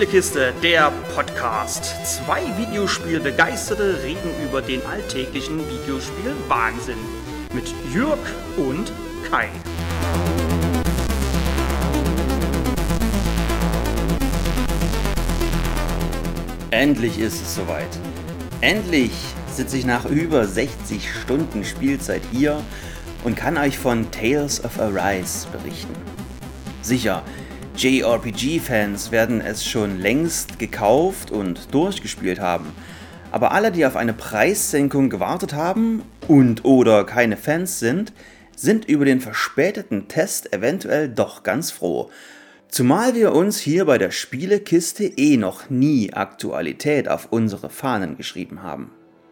Spielekiste, der Podcast. Zwei Videospielbegeisterte reden über den alltäglichen Videospiel-Wahnsinn. Mit Jürg und Kai. Endlich ist es soweit. Endlich sitze ich nach über 60 Stunden Spielzeit hier und kann euch von Tales of Arise berichten. Sicher, JRPG-Fans werden es schon längst gekauft und durchgespielt haben, aber alle, die auf eine Preissenkung gewartet haben und oder keine Fans sind über den verspäteten Test eventuell doch ganz froh. Zumal wir uns hier bei der Spielekiste noch nie Aktualität auf unsere Fahnen geschrieben haben.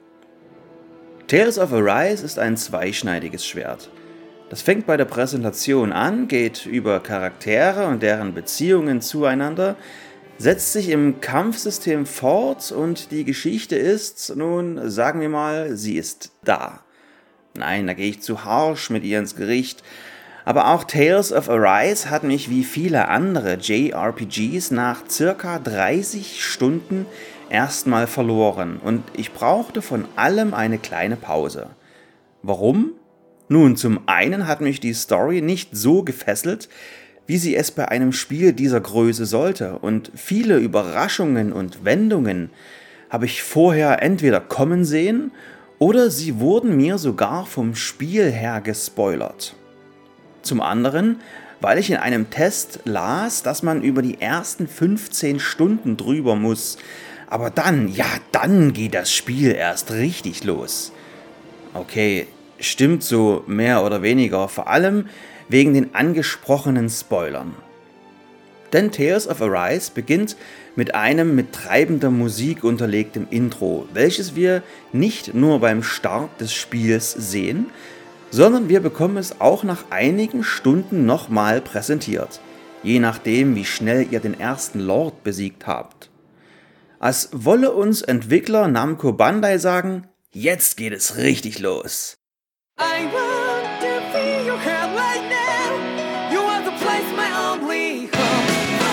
Tales of Arise ist ein zweischneidiges Schwert. Das fängt bei der Präsentation an, geht über Charaktere und deren Beziehungen zueinander, setzt sich im Kampfsystem fort und die Geschichte ist, nun sagen wir mal, sie ist da. Nein, da gehe ich zu harsch mit ihr ins Gericht. Aber auch Tales of Arise hat mich wie viele andere JRPGs nach circa 30 Stunden erstmal verloren und ich brauchte von allem eine kleine Pause. Warum? Nun, zum einen hat mich die Story nicht so gefesselt, wie sie es bei einem Spiel dieser Größe sollte und viele Überraschungen und Wendungen habe ich vorher entweder kommen sehen oder sie wurden mir sogar vom Spiel her gespoilert. Zum anderen, weil ich in einem Test las, dass man über die ersten 15 Stunden drüber muss, aber dann geht das Spiel erst richtig los. Okay, stimmt so mehr oder weniger, vor allem wegen den angesprochenen Spoilern. Denn Tales of Arise beginnt mit einem mit treibender Musik unterlegtem Intro, welches wir nicht nur beim Start des Spiels sehen, sondern wir bekommen es auch nach einigen Stunden nochmal präsentiert, je nachdem wie schnell ihr den ersten Lord besiegt habt. Als wolle uns Entwickler Namco Bandai sagen, jetzt geht es richtig los. I want to feel your hand right now. You are the place, my only home.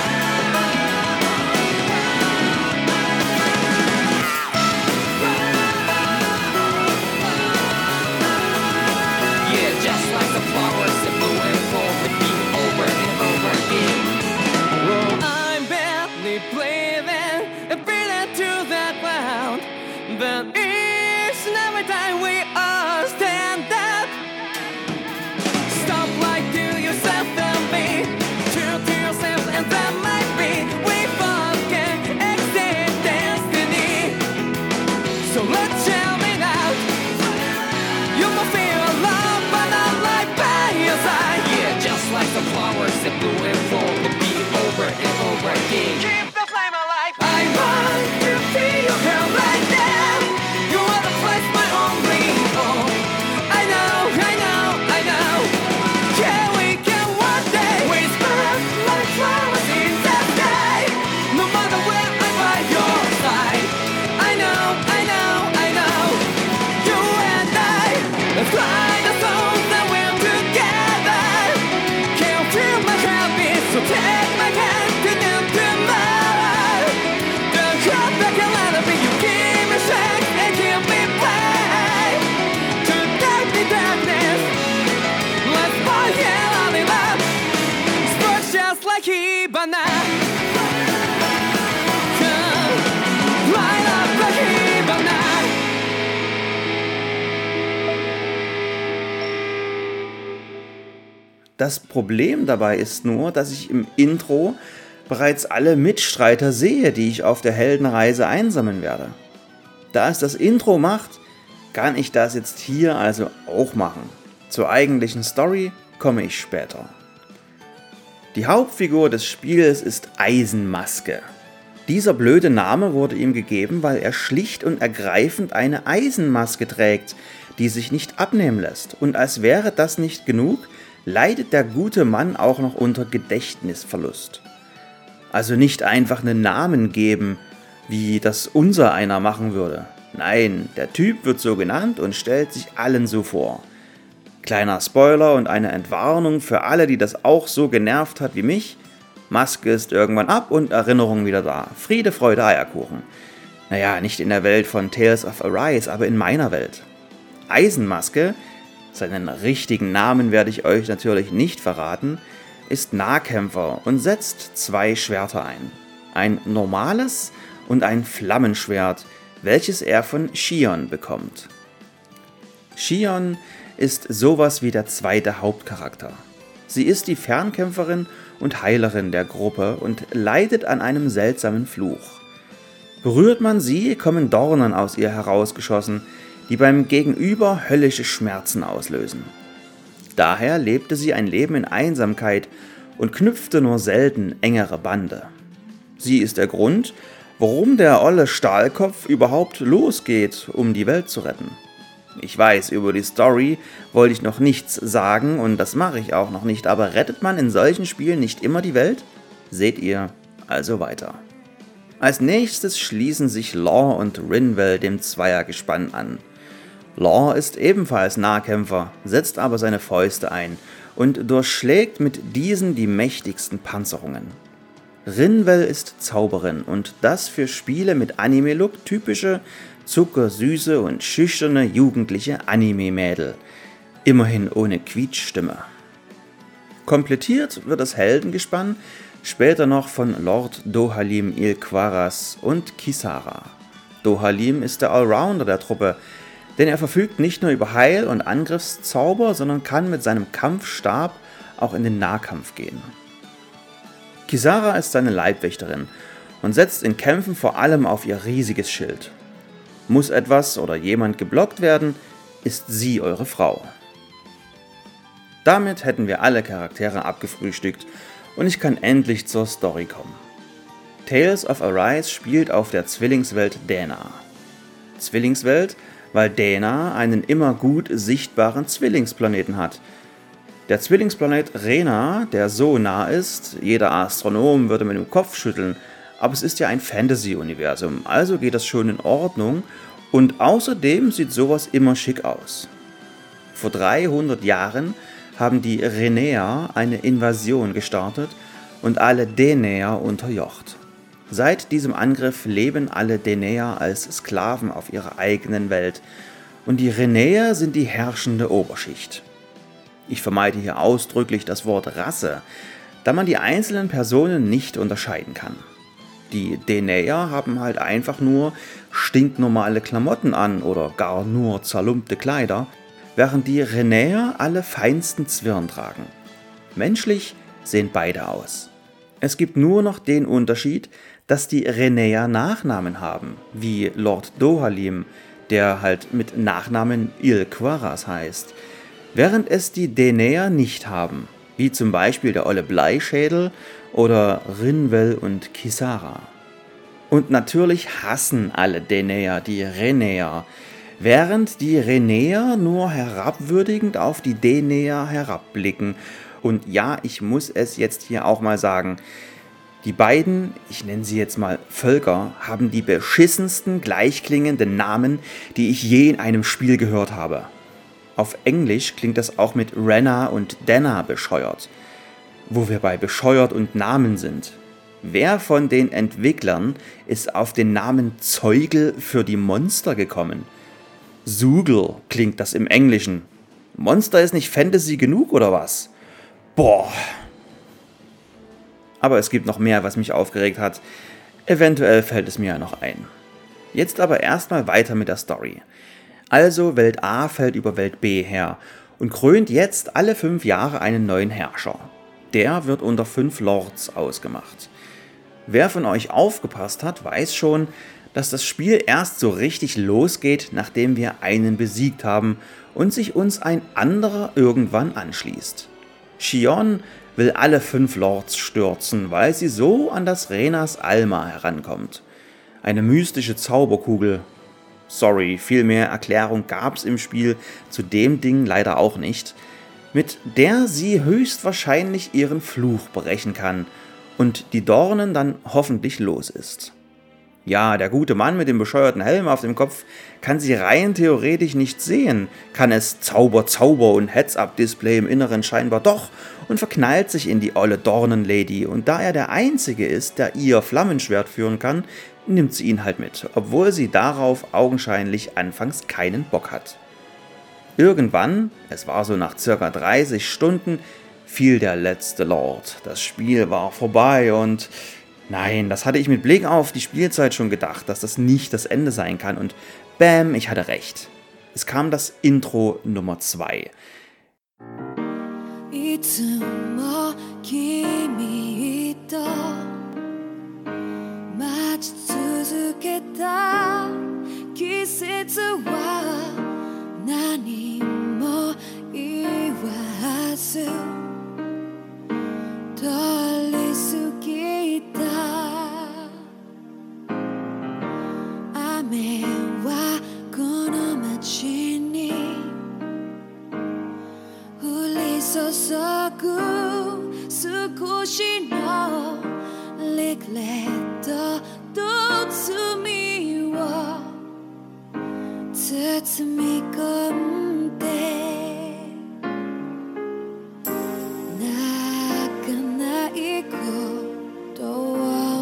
Yeah, just like the flowers that bloom and fall with me over and over again. Oh, I'm badly breathing and breathing to that ground, but each and every time we are stand up. Stop like to yourself and be true to yourself, and that might be we both can exit destiny. So let's jam it out. You must feel alone, but not like by your side. Yeah, just like the flowers that bloom and fall to be over and over again. Keep the flame alive. I want to feel your hand right now. You are the place, my only home. I know. Yeah, we can one day whisper like flowers in the sky. No matter where I'm by your side. I know. You and I, let's fly the souls that we're together. Can't feel my heartbeat, so take my hand to the tomorrow. The heart that can let it be, you give me strength and give me play. To take the darkness, let's fall yeah, in love. Spark just like Hibana. Light up like Hibana. Das Problem dabei ist nur, dass ich im Intro bereits alle Mitstreiter sehe, die ich auf der Heldenreise einsammeln werde. Da es das Intro macht, kann ich das jetzt hier also auch machen. Zur eigentlichen Story komme ich später. Die Hauptfigur des Spiels ist Eisenmaske. Dieser blöde Name wurde ihm gegeben, weil er schlicht und ergreifend eine Eisenmaske trägt, die sich nicht abnehmen lässt. Und als wäre das nicht genug, leidet der gute Mann auch noch unter Gedächtnisverlust. Also nicht einfach einen Namen geben, wie das unser einer machen würde. Nein, der Typ wird so genannt und stellt sich allen so vor. Kleiner Spoiler und eine Entwarnung für alle, die das auch so genervt hat wie mich. Maske ist irgendwann ab und Erinnerung wieder da. Friede, Freude, Eierkuchen. Naja, nicht in der Welt von Tales of Arise, aber in meiner Welt. Eisenmaske, seinen richtigen Namen werde ich euch natürlich nicht verraten, ist Nahkämpfer und setzt 2 Schwerter ein. Ein normales und ein Flammenschwert, welches er von Shion bekommt. Shion ist sowas wie der zweite Hauptcharakter. Sie ist die Fernkämpferin und Heilerin der Gruppe und leidet an einem seltsamen Fluch. Berührt man sie, kommen Dornen aus ihr herausgeschossen, die beim Gegenüber höllische Schmerzen auslösen. Daher lebte sie ein Leben in Einsamkeit und knüpfte nur selten engere Bande. Sie ist der Grund, warum der olle Stahlkopf überhaupt losgeht, um die Welt zu retten. Ich weiß, über die Story wollte ich noch nichts sagen und das mache ich auch noch nicht, aber rettet man in solchen Spielen nicht immer die Welt? Seht ihr also weiter. Als nächstes schließen sich Law und Rinwell dem Zweiergespann an. Law ist ebenfalls Nahkämpfer, setzt aber seine Fäuste ein und durchschlägt mit diesen die mächtigsten Panzerungen. Rinwell ist Zauberin und das für Spiele mit Anime-Look typische, zuckersüße und schüchterne jugendliche Anime-Mädel, immerhin ohne Quietschstimme. Komplettiert wird das Heldengespann später noch von Lord Dohalim Ilquaras und Kisara. Dohalim ist der Allrounder der Truppe, denn er verfügt nicht nur über Heil- und Angriffszauber, sondern kann mit seinem Kampfstab auch in den Nahkampf gehen. Kisara ist seine Leibwächterin und setzt in Kämpfen vor allem auf ihr riesiges Schild. Muss etwas oder jemand geblockt werden, ist sie eure Frau. Damit hätten wir alle Charaktere abgefrühstückt und ich kann endlich zur Story kommen. Tales of Arise spielt auf der Zwillingswelt Dana. Zwillingswelt, weil Dana einen immer gut sichtbaren Zwillingsplaneten hat. Der Zwillingsplanet Rena, der so nah ist, jeder Astronom würde mit dem Kopf schütteln, aber es ist ja ein Fantasy-Universum, also geht das schon in Ordnung und außerdem sieht sowas immer schick aus. Vor 300 Jahren haben die Renäer eine Invasion gestartet und alle Denäer unterjocht. Seit diesem Angriff leben alle Denäer als Sklaven auf ihrer eigenen Welt und die Renäer sind die herrschende Oberschicht. Ich vermeide hier ausdrücklich das Wort Rasse, da man die einzelnen Personen nicht unterscheiden kann. Die Denäer haben halt einfach nur stinknormale Klamotten an oder gar nur zerlumpte Kleider, während die Renäer alle feinsten Zwirn tragen. Menschlich sehen beide aus. Es gibt nur noch den Unterschied, dass die Renäer Nachnamen haben, wie Lord Dohalim, der halt mit Nachnamen Ilquaras heißt, während es die Denäer nicht haben, wie zum Beispiel der olle Bleischädel oder Rinwell und Kisara. Und natürlich hassen alle Denäer die Renäer, während die Renäer nur herabwürdigend auf die Denäer herabblicken. Und ja, ich muss es jetzt hier auch mal sagen, die beiden, ich nenne sie jetzt mal Völker, haben die beschissensten gleichklingenden Namen, die ich je in einem Spiel gehört habe. Auf Englisch klingt das auch mit Renna und Dana bescheuert. Wo wir bei bescheuert und Namen sind. Wer von den Entwicklern ist auf den Namen Zeugel für die Monster gekommen? Sugel klingt das im Englischen. Monster ist nicht Fantasy genug oder was? Boah. Aber es gibt noch mehr, was mich aufgeregt hat. Eventuell fällt es mir ja noch ein. Jetzt aber erstmal weiter mit der Story. Also Welt A fällt über Welt B her und krönt jetzt alle 5 Jahre einen neuen Herrscher. Der wird unter 5 Lords ausgemacht. Wer von euch aufgepasst hat, weiß schon, dass das Spiel erst so richtig losgeht, nachdem wir einen besiegt haben und sich uns ein anderer irgendwann anschließt. Shion will alle 5 Lords stürzen, weil sie so an das Renas Alma herankommt. Eine mystische Zauberkugel. Sorry, viel mehr Erklärung gab's im Spiel zu dem Ding leider auch nicht, mit der sie höchstwahrscheinlich ihren Fluch brechen kann und die Dornen dann hoffentlich los ist. Ja, der gute Mann mit dem bescheuerten Helm auf dem Kopf kann sie rein theoretisch nicht sehen, kann es Zauber und Heads-Up-Display im Inneren scheinbar doch und verknallt sich in die olle Dornenlady, und da er der Einzige ist, der ihr Flammenschwert führen kann, nimmt sie ihn halt mit, obwohl sie darauf augenscheinlich anfangs keinen Bock hat. Irgendwann, es war so nach ca. 30 Stunden, fiel der letzte Lord. Das Spiel war vorbei und nein, das hatte ich mit Blick auf die Spielzeit schon gedacht, dass das nicht das Ende sein kann, und bam, ich hatte recht. Es kam das Intro Nummer 2. いつも君と待ち続けた季節は何も言わず通り過ぎた雨はこの街に降り注ぐ少しのリグレットと罪を包み込んで泣かないことを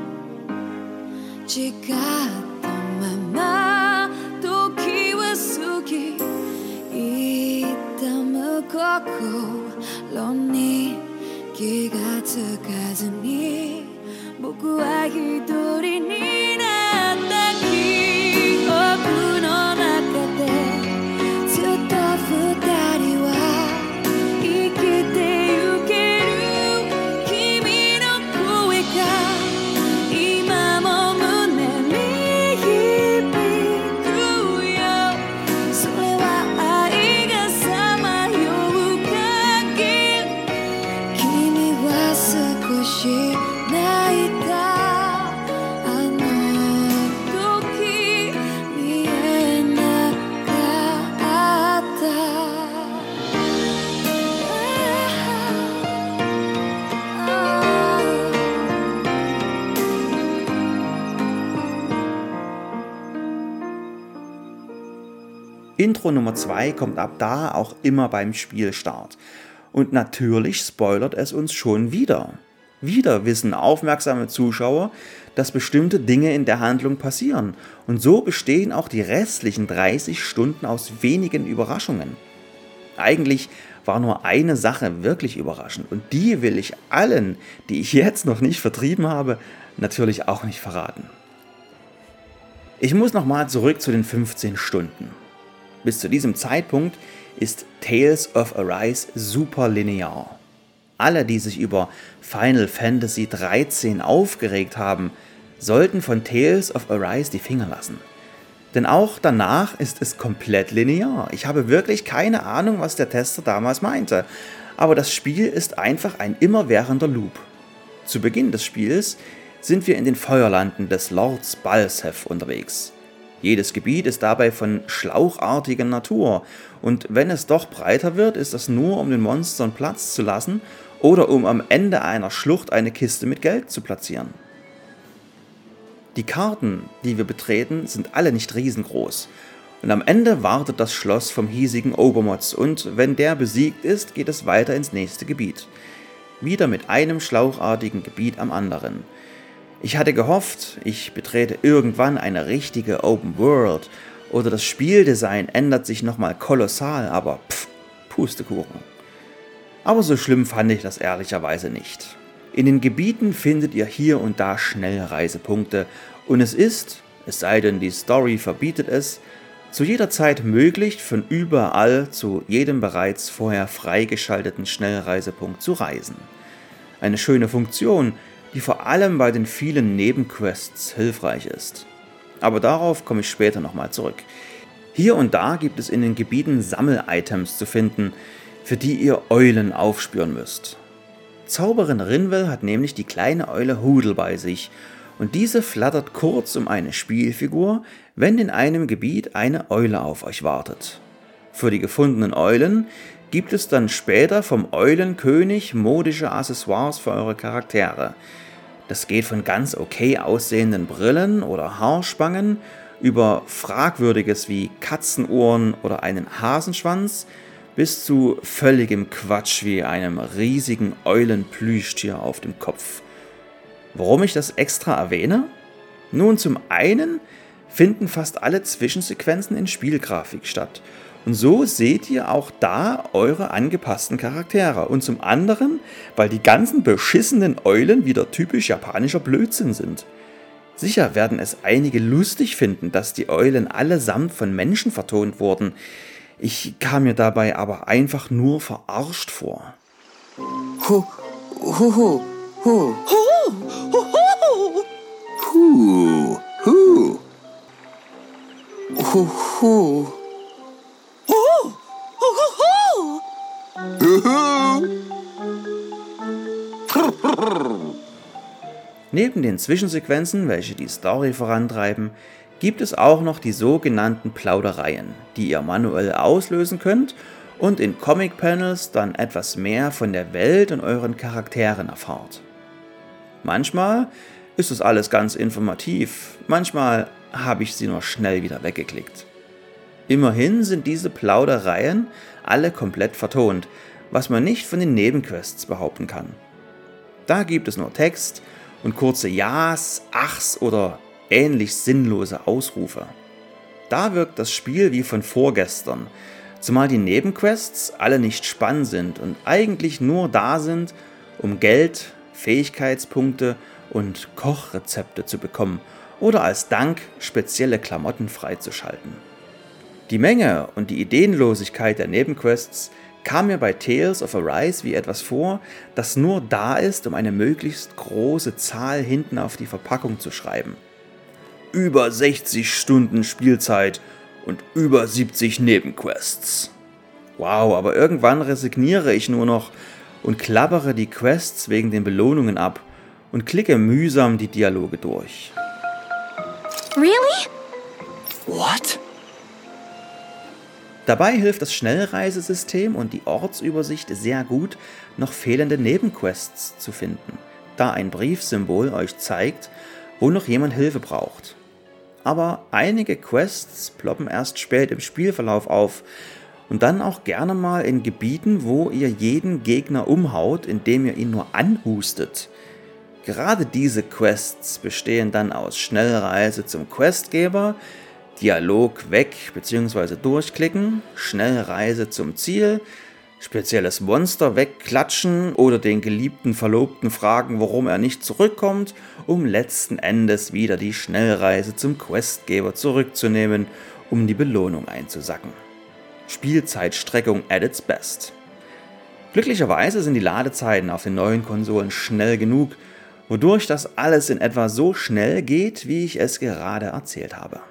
誓ったまま時は過ぎ痛む心に気がつかずに僕は一人になった記憶の中でずっと二人は生きてゆける君の声が今も胸に響くよそれは愛がさまよう限り君は少し泣いたあの時見えなかった Intro Nummer 2 kommt ab da auch immer beim Spielstart. Und natürlich spoilert es uns schon wieder. Wieder wissen aufmerksame Zuschauer, dass bestimmte Dinge in der Handlung passieren. Und so bestehen auch die restlichen 30 Stunden aus wenigen Überraschungen. Eigentlich war nur eine Sache wirklich überraschend, und die will ich allen, die ich jetzt noch nicht vertrieben habe, natürlich auch nicht verraten. Ich muss nochmal zurück zu den 15 Stunden. Bis zu diesem Zeitpunkt ist Tales of Arise super linear. Alle, die sich über Final Fantasy XIII aufgeregt haben, sollten von Tales of Arise die Finger lassen. Denn auch danach ist es komplett linear. Ich habe wirklich keine Ahnung, was der Tester damals meinte, aber das Spiel ist einfach ein immerwährender Loop. Zu Beginn des Spiels sind wir in den Feuerlanden des Lords Balseph unterwegs. Jedes Gebiet ist dabei von schlauchartiger Natur, und wenn es doch breiter wird, ist das nur, um den Monstern Platz zu lassen oder um am Ende einer Schlucht eine Kiste mit Geld zu platzieren. Die Karten, die wir betreten, sind alle nicht riesengroß, und am Ende wartet das Schloss vom hiesigen Obermods, und wenn der besiegt ist, geht es weiter ins nächste Gebiet. Wieder mit einem schlauchartigen Gebiet am anderen. Ich hatte gehofft, ich betrete irgendwann eine richtige Open World oder das Spieldesign ändert sich nochmal kolossal, aber Pustekuchen. Aber so schlimm fand ich das ehrlicherweise nicht. In den Gebieten findet ihr hier und da Schnellreisepunkte und es ist, es sei denn die Story verbietet es, zu jeder Zeit möglich, von überall zu jedem bereits vorher freigeschalteten Schnellreisepunkt zu reisen. Eine schöne Funktion, die vor allem bei den vielen Nebenquests hilfreich ist. Aber darauf komme ich später nochmal zurück. Hier und da gibt es in den Gebieten Sammel-Items zu finden, für die ihr Eulen aufspüren müsst. Zauberin Rinwell hat nämlich die kleine Eule Hudel bei sich, und diese flattert kurz um eine Spielfigur, wenn in einem Gebiet eine Eule auf euch wartet. Für die gefundenen Eulen gibt es dann später vom Eulenkönig modische Accessoires für eure Charaktere. Das geht von ganz okay aussehenden Brillen oder Haarspangen über Fragwürdiges wie Katzenohren oder einen Hasenschwanz bis zu völligem Quatsch wie einem riesigen Eulenplüschtier auf dem Kopf. Warum ich das extra erwähne? Nun, zum einen finden fast alle Zwischensequenzen in Spielgrafik statt. Und so seht ihr auch da eure angepassten Charaktere. Und zum anderen, weil die ganzen beschissenen Eulen wieder typisch japanischer Blödsinn sind. Sicher werden es einige lustig finden, dass die Eulen allesamt von Menschen vertont wurden. Ich kam mir dabei aber einfach nur verarscht vor. Hu, hu, hu, hu. Hu, hu. Hu, hu. Neben den Zwischensequenzen, welche die Story vorantreiben, gibt es auch noch die sogenannten Plaudereien, die ihr manuell auslösen könnt und in Comic-Panels dann etwas mehr von der Welt und euren Charakteren erfahrt. Manchmal ist es alles ganz informativ, manchmal habe ich sie nur schnell wieder weggeklickt. Immerhin sind diese Plaudereien alle komplett vertont, was man nicht von den Nebenquests behaupten kann. Da gibt es nur Text und kurze Ja's, Achs oder ähnlich sinnlose Ausrufe. Da wirkt das Spiel wie von vorgestern, zumal die Nebenquests alle nicht spannend sind und eigentlich nur da sind, um Geld, Fähigkeitspunkte und Kochrezepte zu bekommen oder als Dank spezielle Klamotten freizuschalten. Die Menge und die Ideenlosigkeit der Nebenquests kam mir bei Tales of Arise wie etwas vor, das nur da ist, um eine möglichst große Zahl hinten auf die Verpackung zu schreiben. Über 60 Stunden Spielzeit und über 70 Nebenquests. Wow, aber irgendwann resigniere ich nur noch und klappere die Quests wegen den Belohnungen ab und klicke mühsam die Dialoge durch. Really? What? Dabei hilft das Schnellreisesystem und die Ortsübersicht sehr gut, noch fehlende Nebenquests zu finden, da ein Briefsymbol euch zeigt, wo noch jemand Hilfe braucht. Aber einige Quests ploppen erst spät im Spielverlauf auf und dann auch gerne mal in Gebieten, wo ihr jeden Gegner umhaut, indem ihr ihn nur anhustet. Gerade diese Quests bestehen dann aus Schnellreise zum Questgeber, Dialog weg bzw. durchklicken, Schnellreise zum Ziel, spezielles Monster wegklatschen oder den geliebten Verlobten fragen, warum er nicht zurückkommt, um letzten Endes wieder die Schnellreise zum Questgeber zurückzunehmen, um die Belohnung einzusacken. Spielzeitstreckung at its best. Glücklicherweise sind die Ladezeiten auf den neuen Konsolen schnell genug, wodurch das alles in etwa so schnell geht, wie ich es gerade erzählt habe.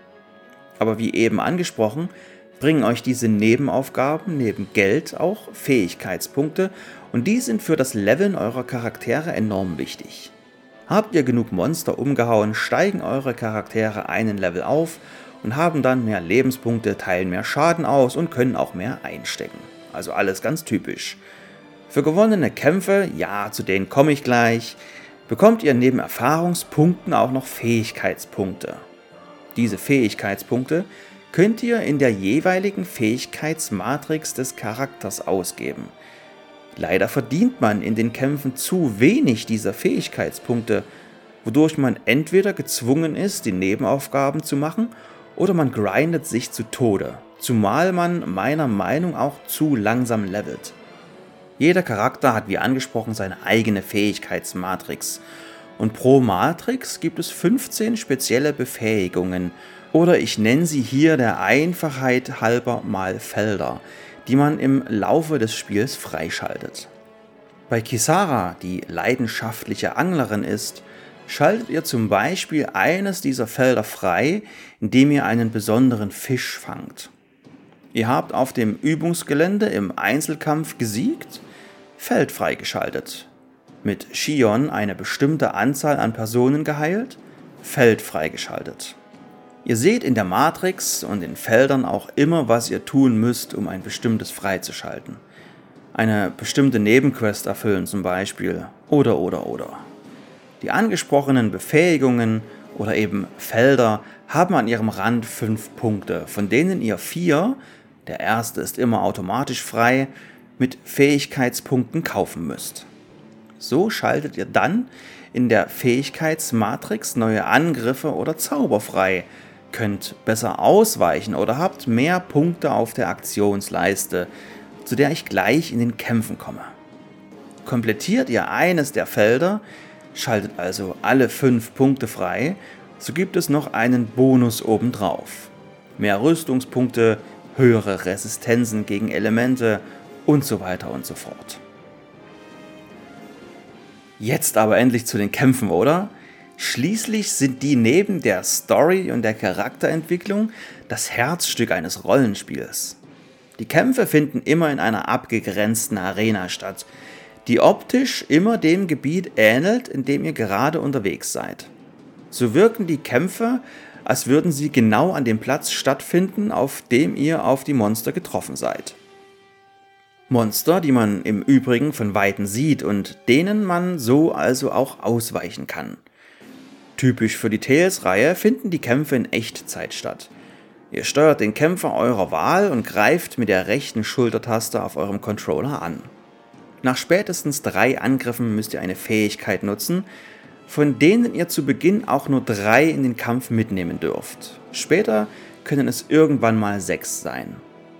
Aber wie eben angesprochen, bringen euch diese Nebenaufgaben neben Geld auch Fähigkeitspunkte und die sind für das Leveln eurer Charaktere enorm wichtig. Habt ihr genug Monster umgehauen, steigen eure Charaktere einen Level auf und haben dann mehr Lebenspunkte, teilen mehr Schaden aus und können auch mehr einstecken. Also alles ganz typisch. Für gewonnene Kämpfe, ja, zu denen komme ich gleich, bekommt ihr neben Erfahrungspunkten auch noch Fähigkeitspunkte. Diese Fähigkeitspunkte könnt ihr in der jeweiligen Fähigkeitsmatrix des Charakters ausgeben. Leider verdient man in den Kämpfen zu wenig dieser Fähigkeitspunkte, wodurch man entweder gezwungen ist, die Nebenaufgaben zu machen, oder man grindet sich zu Tode, zumal man meiner Meinung nach auch zu langsam levelt. Jeder Charakter hat wie angesprochen seine eigene Fähigkeitsmatrix. Und pro Matrix gibt es 15 spezielle Befähigungen, oder ich nenne sie hier der Einfachheit halber mal Felder, die man im Laufe des Spiels freischaltet. Bei Kisara, die leidenschaftliche Anglerin ist, schaltet ihr zum Beispiel eines dieser Felder frei, indem ihr einen besonderen Fisch fangt. Ihr habt auf dem Übungsgelände im Einzelkampf gesiegt, Feld freigeschaltet. Mit Shion eine bestimmte Anzahl an Personen geheilt, Feld freigeschaltet. Ihr seht in der Matrix und in Feldern auch immer, was ihr tun müsst, um ein bestimmtes freizuschalten. Eine bestimmte Nebenquest erfüllen zum Beispiel, oder. Die angesprochenen Befähigungen oder eben Felder haben an ihrem Rand 5 Punkte, von denen ihr 4, der erste ist immer automatisch frei, mit Fähigkeitspunkten kaufen müsst. So schaltet ihr dann in der Fähigkeitsmatrix neue Angriffe oder Zauber frei, könnt besser ausweichen oder habt mehr Punkte auf der Aktionsleiste, zu der ich gleich in den Kämpfen komme. Komplettiert ihr eines der Felder, schaltet also alle 5 Punkte frei, so gibt es noch einen Bonus obendrauf. Mehr Rüstungspunkte, höhere Resistenzen gegen Elemente und so weiter und so fort. Jetzt aber endlich zu den Kämpfen, oder? Schließlich sind die neben der Story und der Charakterentwicklung das Herzstück eines Rollenspiels. Die Kämpfe finden immer in einer abgegrenzten Arena statt, die optisch immer dem Gebiet ähnelt, in dem ihr gerade unterwegs seid. So wirken die Kämpfe, als würden sie genau an dem Platz stattfinden, auf dem ihr auf die Monster getroffen seid. Monster, die man im Übrigen von Weitem sieht und denen man so also auch ausweichen kann. Typisch für die Tales-Reihe finden die Kämpfe in Echtzeit statt. Ihr steuert den Kämpfer eurer Wahl und greift mit der rechten Schultertaste auf eurem Controller an. Nach spätestens 3 Angriffen müsst ihr eine Fähigkeit nutzen, von denen ihr zu Beginn auch nur 3 in den Kampf mitnehmen dürft. Später können es irgendwann mal 6 sein.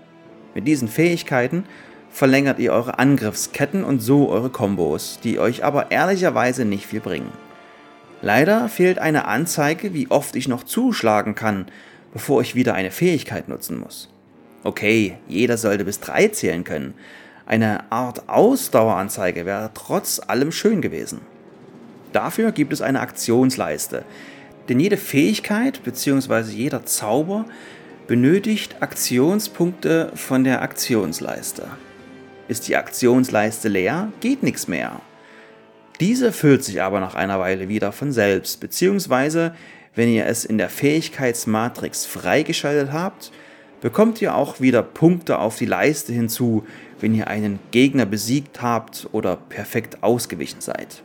Mit diesen Fähigkeiten verlängert ihr eure Angriffsketten und so eure Kombos, die euch aber ehrlicherweise nicht viel bringen. Leider fehlt eine Anzeige, wie oft ich noch zuschlagen kann, bevor ich wieder eine Fähigkeit nutzen muss. Okay, jeder sollte bis 3 zählen können. Eine Art Ausdaueranzeige wäre trotz allem schön gewesen. Dafür gibt es eine Aktionsleiste, denn jede Fähigkeit bzw. jeder Zauber benötigt Aktionspunkte von der Aktionsleiste. Ist die Aktionsleiste leer, geht nichts mehr. Diese füllt sich aber nach einer Weile wieder von selbst, beziehungsweise wenn ihr es in der Fähigkeitsmatrix freigeschaltet habt, bekommt ihr auch wieder Punkte auf die Leiste hinzu, wenn ihr einen Gegner besiegt habt oder perfekt ausgewichen seid.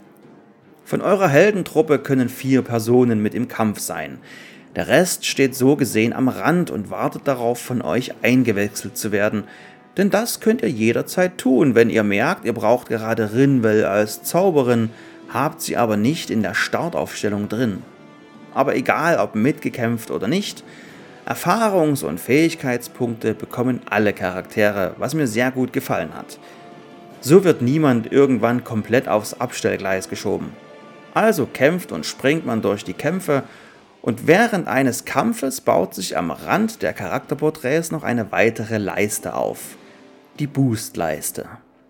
Von eurer Heldentruppe können 4 Personen mit im Kampf sein. Der Rest steht so gesehen am Rand und wartet darauf, von euch eingewechselt zu werden, denn das könnt ihr jederzeit tun, wenn ihr merkt, ihr braucht gerade Rinwell als Zauberin, habt sie aber nicht in der Startaufstellung drin. Aber egal ob mitgekämpft oder nicht, Erfahrungs- und Fähigkeitspunkte bekommen alle Charaktere, was mir sehr gut gefallen hat. So wird niemand irgendwann komplett aufs Abstellgleis geschoben. Also kämpft und springt man durch die Kämpfe und während eines Kampfes baut sich am Rand der Charakterporträts noch eine weitere Leiste auf. Die Boost-Leiste.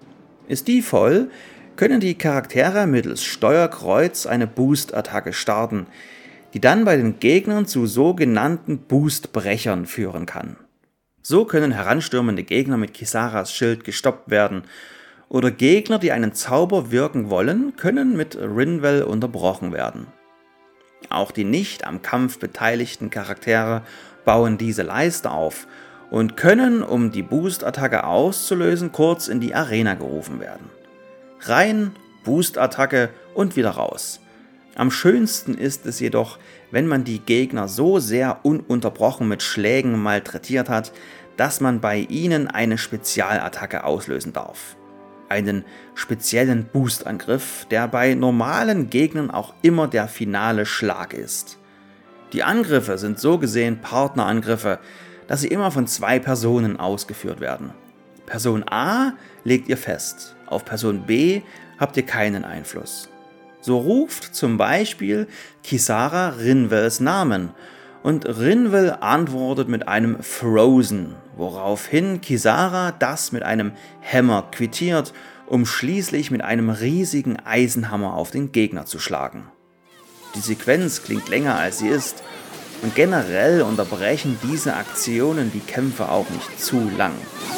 Ist die voll, können die Charaktere mittels Steuerkreuz eine Boost-Attacke starten, die dann bei den Gegnern zu sogenannten Boost-Brechern führen kann. So können heranstürmende Gegner mit Kisaras Schild gestoppt werden oder Gegner, die einen Zauber wirken wollen, können mit Rinwell unterbrochen werden. Auch die nicht am Kampf beteiligten Charaktere bauen diese Leiste auf und können, um die Boost-Attacke auszulösen, kurz in die Arena gerufen werden. Rein, Boost-Attacke und wieder raus. Am schönsten ist es jedoch, wenn man die Gegner so sehr ununterbrochen mit Schlägen malträtiert hat, dass man bei ihnen eine Spezialattacke auslösen darf. Einen speziellen Boost-Angriff, der bei normalen Gegnern auch immer der finale Schlag ist. Die Angriffe sind so gesehen Partnerangriffe, da sie immer von 2 Personen ausgeführt werden. Person A legt ihr fest, auf Person B habt ihr keinen Einfluss. So ruft zum Beispiel Kisara Rinwells Namen und Rinwell antwortet mit einem Frozen, woraufhin Kisara das mit einem Hammer quittiert, um schließlich mit einem riesigen Eisenhammer auf den Gegner zu schlagen. Die Sequenz klingt länger als sie ist und generell unterbrechen diese Aktionen die Kämpfe auch nicht zu lang.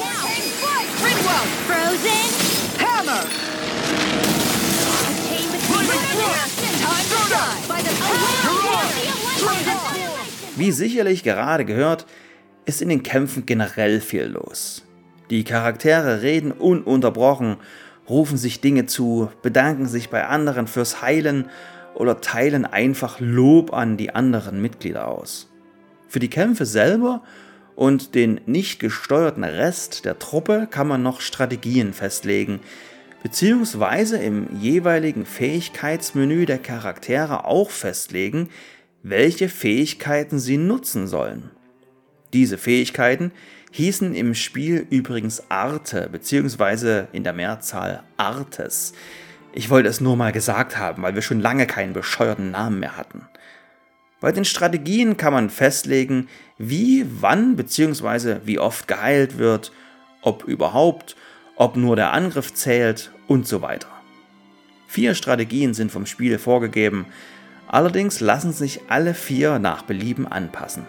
Wie sicherlich gerade gehört, ist in den Kämpfen generell viel los. Die Charaktere reden ununterbrochen, rufen sich Dinge zu, bedanken sich bei anderen fürs Heilen oder teilen einfach Lob an die anderen Mitglieder aus. Für die Kämpfe selber und den nicht gesteuerten Rest der Truppe kann man noch Strategien festlegen, beziehungsweise im jeweiligen Fähigkeitsmenü der Charaktere auch festlegen, welche Fähigkeiten sie nutzen sollen. Diese Fähigkeiten hießen im Spiel übrigens Arte, beziehungsweise in der Mehrzahl Artes. Ich wollte es nur mal gesagt haben, weil wir schon lange keinen bescheuerten Namen mehr hatten. Bei den Strategien kann man festlegen, wie, wann bzw. wie oft geheilt wird, ob überhaupt, ob nur der Angriff zählt und so weiter. 4 Strategien sind vom Spiel vorgegeben, allerdings lassen sich alle 4 nach Belieben anpassen.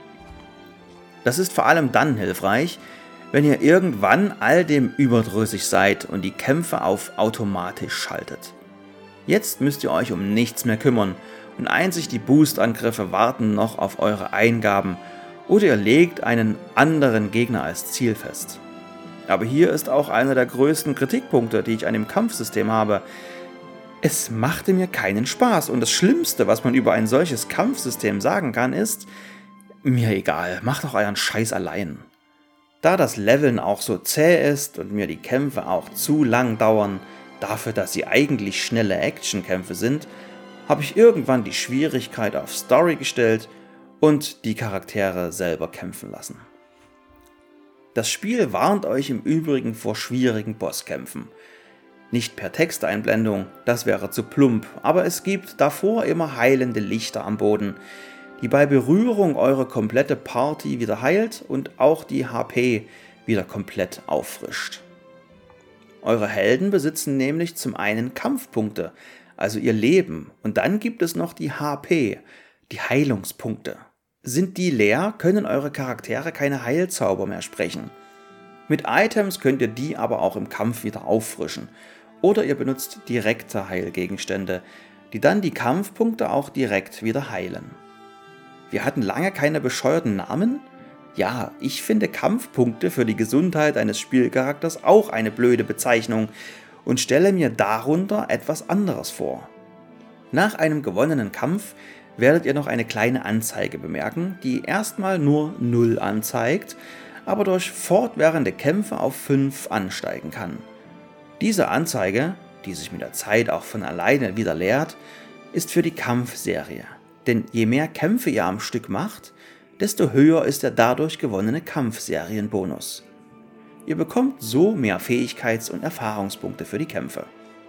Das ist vor allem dann hilfreich, wenn ihr irgendwann all dem überdrüssig seid und die Kämpfe auf automatisch schaltet. Jetzt müsst ihr euch um nichts mehr kümmern und einzig die Boost-Angriffe warten noch auf eure Eingaben oder ihr legt einen anderen Gegner als Ziel fest. Aber hier ist auch einer der größten Kritikpunkte, die ich an dem Kampfsystem habe. Es machte mir keinen Spaß und das Schlimmste, was man über ein solches Kampfsystem sagen kann, ist: mir egal, macht doch euren Scheiß allein. Da das Leveln auch so zäh ist und mir die Kämpfe auch zu lang dauern, dafür, dass sie eigentlich schnelle Actionkämpfe sind, habe ich irgendwann die Schwierigkeit auf Story gestellt und die Charaktere selber kämpfen lassen. Das Spiel warnt euch im Übrigen vor schwierigen Bosskämpfen. Nicht per Texteinblendung, das wäre zu plump, aber es gibt davor immer heilende Lichter am Boden, die bei Berührung eure komplette Party wieder heilt und auch die HP wieder komplett auffrischt. Eure Helden besitzen nämlich zum einen Kampfpunkte, also ihr Leben, und dann gibt es noch die HP, die Heilungspunkte. Sind die leer, können eure Charaktere keine Heilzauber mehr sprechen. Mit Items könnt ihr die aber auch im Kampf wieder auffrischen, oder ihr benutzt direkte Heilgegenstände, die dann die Kampfpunkte auch direkt wieder heilen. Wir hatten lange keine bescheuerten Namen? Ja, ich finde Kampfpunkte für die Gesundheit eines Spielcharakters auch eine blöde Bezeichnung und stelle mir darunter etwas anderes vor. Nach einem gewonnenen Kampf werdet ihr noch eine kleine Anzeige bemerken, die erstmal nur 0 anzeigt, aber durch fortwährende Kämpfe auf 5 ansteigen kann. Diese Anzeige, die sich mit der Zeit auch von alleine wieder leert, ist für die Kampfserie. Denn je mehr Kämpfe ihr am Stück macht, desto höher ist der dadurch gewonnene Kampfserienbonus. Ihr bekommt so mehr Fähigkeits- und Erfahrungspunkte für die Kämpfe.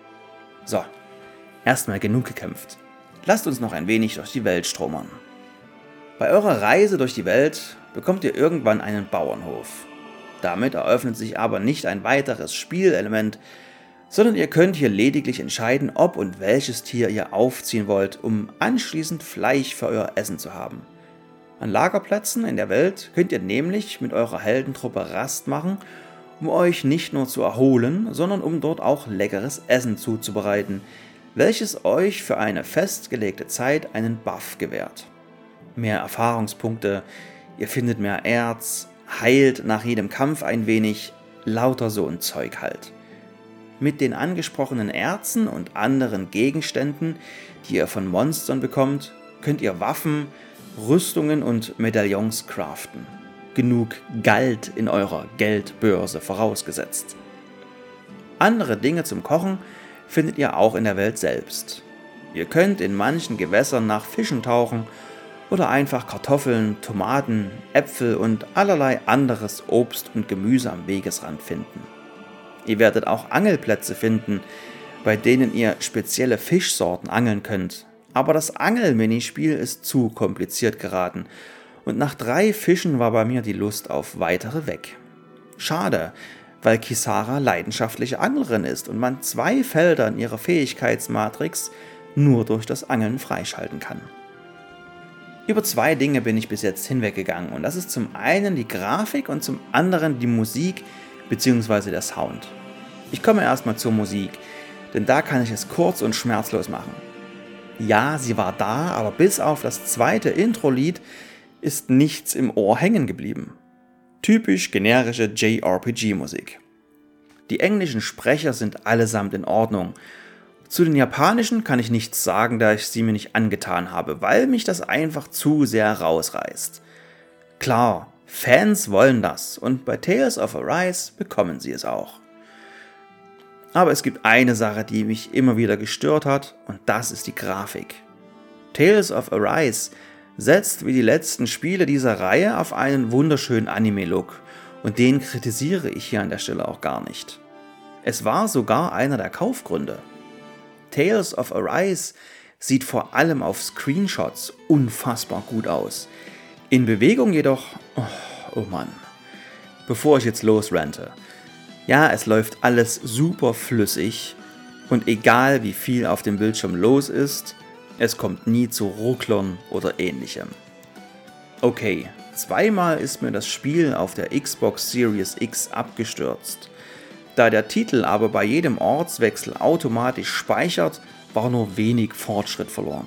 So, erstmal genug gekämpft. Lasst uns noch ein wenig durch die Welt stromern. Bei eurer Reise durch die Welt bekommt ihr irgendwann einen Bauernhof. Damit eröffnet sich aber nicht ein weiteres Spielelement, sondern ihr könnt hier lediglich entscheiden, ob und welches Tier ihr aufziehen wollt, um anschließend Fleisch für euer Essen zu haben. An Lagerplätzen in der Welt könnt ihr nämlich mit eurer Heldentruppe Rast machen, um euch nicht nur zu erholen, sondern um dort auch leckeres Essen zuzubereiten, welches euch für eine festgelegte Zeit einen Buff gewährt. Mehr Erfahrungspunkte, ihr findet mehr Erz, heilt nach jedem Kampf ein wenig, lauter so ein Zeug halt. Mit den angesprochenen Erzen und anderen Gegenständen, die ihr von Monstern bekommt, könnt ihr Waffen, Rüstungen und Medaillons craften. Genug Geld in eurer Geldbörse vorausgesetzt. Andere Dinge zum Kochen findet ihr auch in der Welt selbst. Ihr könnt in manchen Gewässern nach Fischen tauchen oder einfach Kartoffeln, Tomaten, Äpfel und allerlei anderes Obst und Gemüse am Wegesrand finden. Ihr werdet auch Angelplätze finden, bei denen ihr spezielle Fischsorten angeln könnt. Aber das Angel-Minispiel ist zu kompliziert geraten und nach 3 Fischen war bei mir die Lust auf weitere weg. Schade, weil Kisara leidenschaftliche Anglerin ist und man 2 Felder in ihrer Fähigkeitsmatrix nur durch das Angeln freischalten kann. Über 2 Dinge bin ich bis jetzt hinweggegangen und das ist zum einen die Grafik und zum anderen die Musik bzw. der Sound. Ich komme erstmal zur Musik, denn da kann ich es kurz und schmerzlos machen. Ja, sie war da, aber bis auf das 2. Intro-Lied ist nichts im Ohr hängen geblieben. Typisch generische JRPG-Musik. Die englischen Sprecher sind allesamt in Ordnung Zu den japanischen kann ich nichts sagen, da ich sie mir nicht angetan habe, weil mich das einfach zu sehr rausreißt. Klar, Fans wollen das und bei Tales of Arise bekommen sie es auch. Aber es gibt eine Sache, die mich immer wieder gestört hat, und das ist die Grafik. Tales of Arise setzt wie die letzten Spiele dieser Reihe auf einen wunderschönen Anime-Look und den kritisiere ich hier an der Stelle auch gar nicht. Es war sogar einer der Kaufgründe. Tales of Arise sieht vor allem auf Screenshots unfassbar gut aus. In Bewegung jedoch, oh Mann. Bevor ich jetzt losrante. Ja, es läuft alles super flüssig und egal wie viel auf dem Bildschirm los ist, es kommt nie zu Rucklern oder ähnlichem. Okay, zweimal ist mir das Spiel auf der Xbox Series X abgestürzt. Da der Titel aber bei jedem Ortswechsel automatisch speichert, war nur wenig Fortschritt verloren.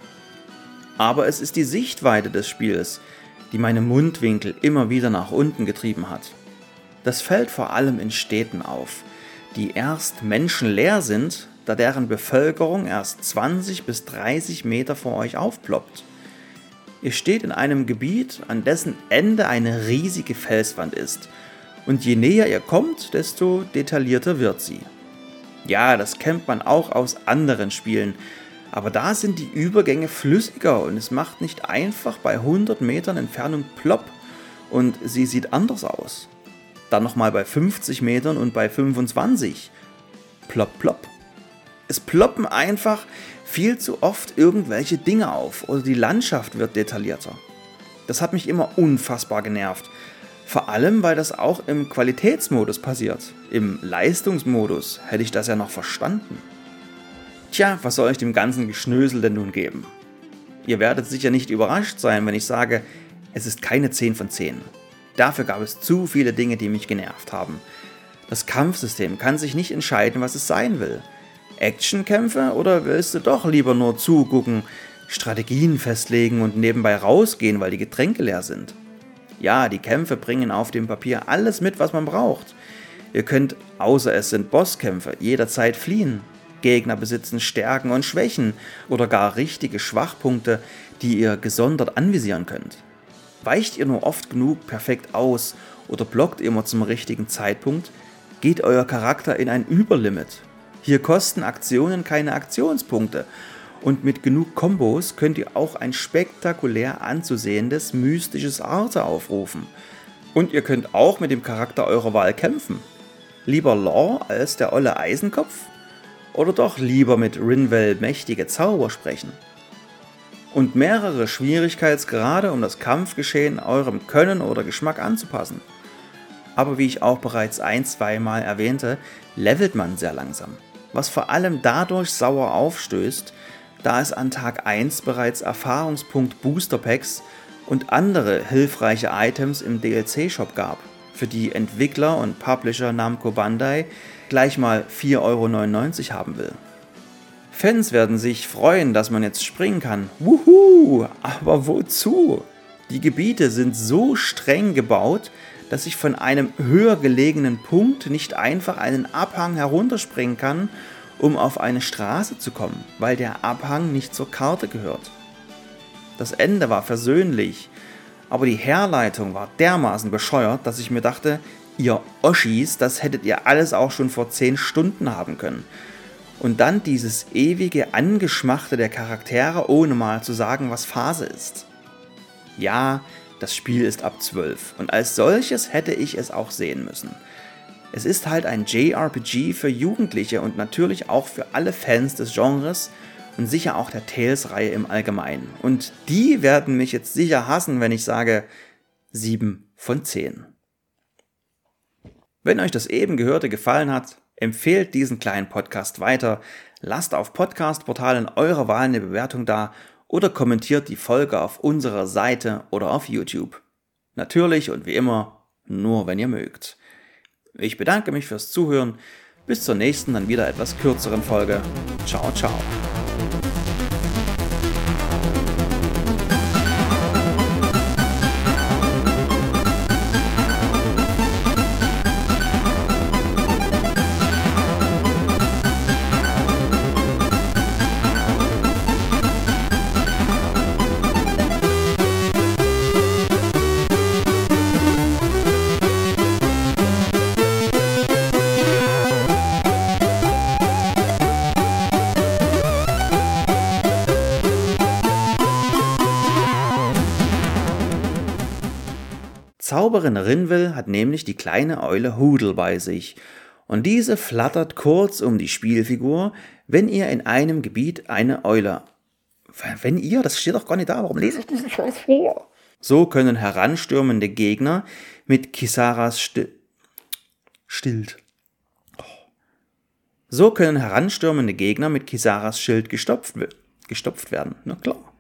Aber es ist die Sichtweite des Spiels, die meine Mundwinkel immer wieder nach unten getrieben hat. Das fällt vor allem in Städten auf, die erst menschenleer sind, da deren Bevölkerung erst 20 bis 30 Meter vor euch aufploppt. Ihr steht in einem Gebiet, an dessen Ende eine riesige Felswand ist, und je näher ihr kommt, desto detaillierter wird sie. Ja, das kennt man auch aus anderen Spielen, aber da sind die Übergänge flüssiger und es macht nicht einfach bei 100 Metern Entfernung plopp und sie sieht anders aus. Dann nochmal bei 50 Metern und bei 25. Plopp, plopp. Es ploppen einfach viel zu oft irgendwelche Dinge auf oder die Landschaft wird detaillierter. Das hat mich immer unfassbar genervt. Vor allem, weil das auch im Qualitätsmodus passiert. Im Leistungsmodus hätte ich das ja noch verstanden. Tja, was soll ich dem ganzen Geschnösel denn nun geben? Ihr werdet sicher nicht überrascht sein, wenn ich sage, es ist keine 10 von 10. Dafür gab es zu viele Dinge, die mich genervt haben. Das Kampfsystem kann sich nicht entscheiden, was es sein will. Actionkämpfe oder willst du doch lieber nur zugucken, Strategien festlegen und nebenbei rausgehen, weil die Getränke leer sind? Ja, die Kämpfe bringen auf dem Papier alles mit, was man braucht. Ihr könnt, außer es sind Bosskämpfe, jederzeit fliehen. Gegner besitzen Stärken und Schwächen oder gar richtige Schwachpunkte, die ihr gesondert anvisieren könnt. Weicht ihr nur oft genug perfekt aus oder blockt immer zum richtigen Zeitpunkt, geht euer Charakter in ein Überlimit. Hier kosten Aktionen keine Aktionspunkte und mit genug Kombos könnt ihr auch ein spektakulär anzusehendes mystisches Arte aufrufen. Und ihr könnt auch mit dem Charakter eurer Wahl kämpfen. Lieber Law als der olle Eisenkopf? Oder doch lieber mit Rinwell mächtige Zauber sprechen? Und mehrere Schwierigkeitsgrade, um das Kampfgeschehen eurem Können oder Geschmack anzupassen. Aber wie ich auch bereits 1-2 Mal erwähnte, levelt man sehr langsam. Was vor allem dadurch sauer aufstößt, da es an Tag 1 bereits Erfahrungspunkt Booster Packs und andere hilfreiche Items im DLC-Shop gab, für die Entwickler und Publisher Namco Bandai gleich mal 4,99 € haben will. Fans werden sich freuen, dass man jetzt springen kann. Wuhu! Aber wozu? Die Gebiete sind so streng gebaut, dass ich von einem höher gelegenen Punkt nicht einfach einen Abhang herunterspringen kann, um auf eine Straße zu kommen, weil der Abhang nicht zur Karte gehört. Das Ende war versöhnlich, aber die Herleitung war dermaßen bescheuert, dass ich mir dachte, ihr Oschis, das hättet ihr alles auch schon vor 10 Stunden haben können. Und dann dieses ewige Angeschmachte der Charaktere, ohne mal zu sagen, was Phase ist. Ja, das Spiel ist ab 12 und als solches hätte ich es auch sehen müssen. Es ist halt ein JRPG für Jugendliche und natürlich auch für alle Fans des Genres und sicher auch der Tales-Reihe im Allgemeinen. Und die werden mich jetzt sicher hassen, wenn ich sage 7 von 10. Wenn euch das eben Gehörte gefallen hat, empfehlt diesen kleinen Podcast weiter, lasst auf Podcast-Portalen eurer Wahl eine Bewertung da oder kommentiert die Folge auf unserer Seite oder auf YouTube. Natürlich und wie immer, nur wenn ihr mögt. Ich bedanke mich fürs Zuhören. Bis zur nächsten, dann wieder etwas kürzeren Folge. Ciao, ciao. Zauberin Rinwell hat nämlich die kleine Eule Hudel bei sich. Und diese flattert kurz um die Spielfigur, wenn ihr in einem Gebiet eine Eule... Wenn ihr? Das steht doch gar nicht da. Warum lese ich diesen Scheiß vor? So können heranstürmende Gegner mit Kisaras Schild gestopft werden. Na klar.